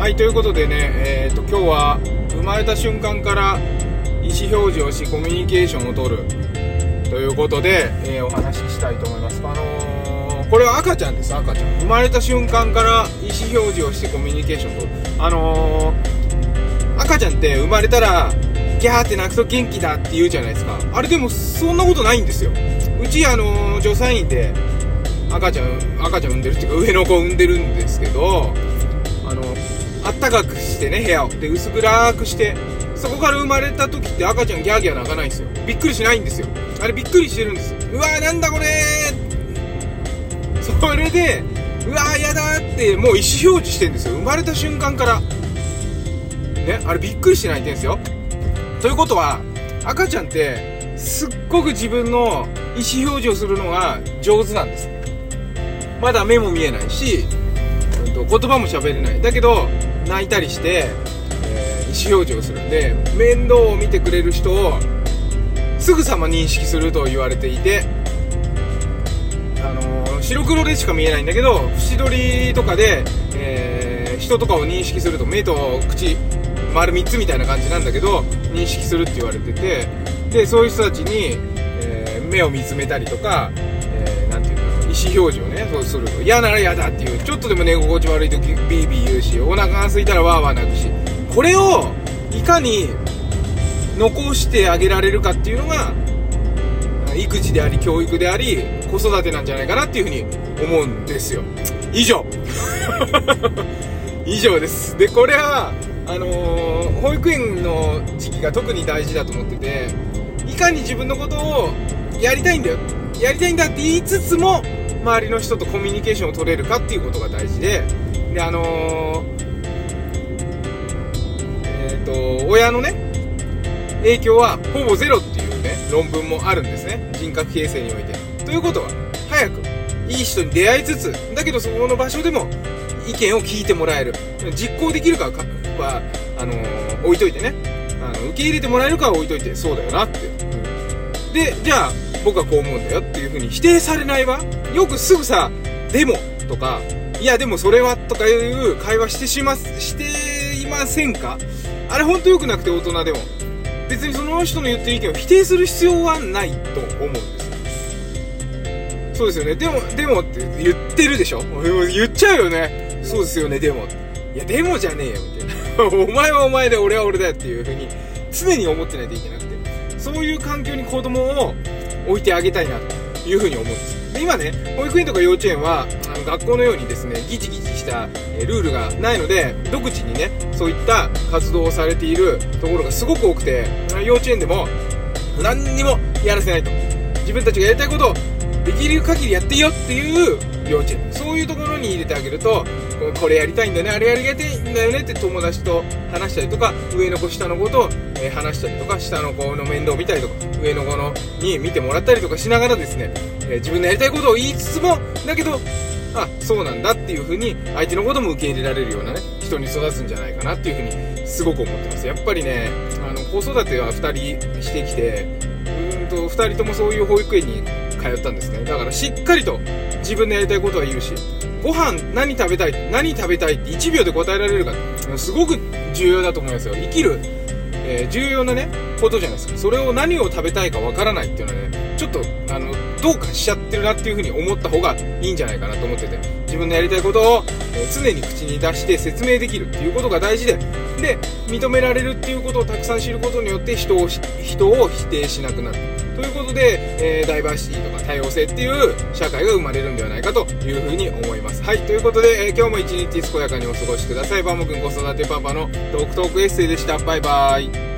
はい、ということでね、今日は生まれた瞬間から意思表示をしコミュニケーションを取るということで、お話ししたいと思います。これは赤ちゃんです。赤ちゃん生まれた瞬間から意思表示をしてコミュニケーションを取る。赤ちゃんって生まれたらギャーって泣くと元気だって言うじゃないですか。あれでもそんなことないんですよ。うち助産院で赤ちゃん産んでるっていうか上の子産んでるんですけど、あったかくしてね、部屋をで薄暗くして、そこから生まれた時って赤ちゃんギャーギャー泣かないんですよ。びっくりしないんですよ。あれびっくりしてるんです。うわーなんだこれー、それでうわーやだーってもう意思表示してるんですよ。生まれた瞬間からね、あれびっくりして泣いてるんですよ。ということは赤ちゃんってすっごく自分の意思表示をするのが上手なんです。まだ目も見えないし、言葉も喋れない。だけど泣いたりして、意思表示をするんで、面倒を見てくれる人をすぐさま認識すると言われていて、白黒でしか見えないんだけど、縁取りとかで、人とかを認識すると目と口丸3つみたいな感じなんだけど認識するって言われてて、でそういう人たちに、目を見つめたりとか、なんていうの、意思表示をね、そうすると嫌なら嫌だっていう、ちょっとでも寝心地悪い時ビービー言うし、お腹が空いたらワーワー泣くし、これをいかに残してあげられるかっていうのが育児であり教育であり子育てなんじゃないかなっていうふうに思うんですよ。以上以上です。でこれは保育園の時期が特に大事だと思ってて、いかに自分のことをやりたいんだって言いつつも周りの人とコミュニケーションを取れるかっていうことが大事で、親のね影響はほぼゼロっていうね論文もあるんですね、人格形成において。ということは早くいい人に出会いつつ、だけどそこの場所でも意見を聞いてもらえる、実行できるかは置いといてね、受け入れてもらえるかは置いといて、そうだよなって、でじゃあ僕はこう思うんだよっていう風に否定されないわ。よくすぐさでもとかいやでもそれはとかいう会話していませんか。あれ本当良くなくて、大人でも別にその人の言ってる意見を否定する必要はないと思うんですよ。そうですよね。でもって言ってるでしょ。言っちゃうよね。そうですよね、でも。いやでもじゃねえよみたいなお前はお前で俺は俺だよっていう風に常に思ってないといけなくて、そういう環境に子供を置いてあげたいなという風に思うんです。で今ね、保育園とか幼稚園は学校のようにですねギチギチしたルールがないので、独自にねそういった活動をされているところがすごく多くて、幼稚園でも何にもやらせないと、自分たちがやりたいことをできる限りやっていいよっていう幼稚園、そういうところに入れてあげると、これやりたいんだよね、あれやりたいんだよねって友達と話したりとか、上の子下の子と話したりとか、下の子の面倒を見たりとか、上の子に見てもらったりとかしながらですね、自分のやりたいことを言いつつも、だけどあそうなんだっていう風に相手のことも受け入れられるようなね人に育つんじゃないかなっていう風にすごく思ってます。やっぱりね子育ては2人してきて、2人ともそういう保育園に通ったんですね。だからしっかりと自分のやりたいことは言うし、ご飯何食べたいって1秒で答えられるかすごく重要だと思いますよ。生きる、重要なねことじゃないですか。それを何を食べたいかわからないっていうのはね、ちょっとどうかしちゃってるなっていう風に思った方がいいんじゃないかなと思ってて、自分のやりたいことを、常に口に出して説明できるっていうことが大事で、認められるっていうことをたくさん知ることによって人を否定しなくなるということで、ダイバーシティとか多様性っていう社会が生まれるんではないかというふうに思います。はい、ということで、今日も一日健やかにお過ごしください。バモくん子育てパパのトークエッセイでした。バイバイ。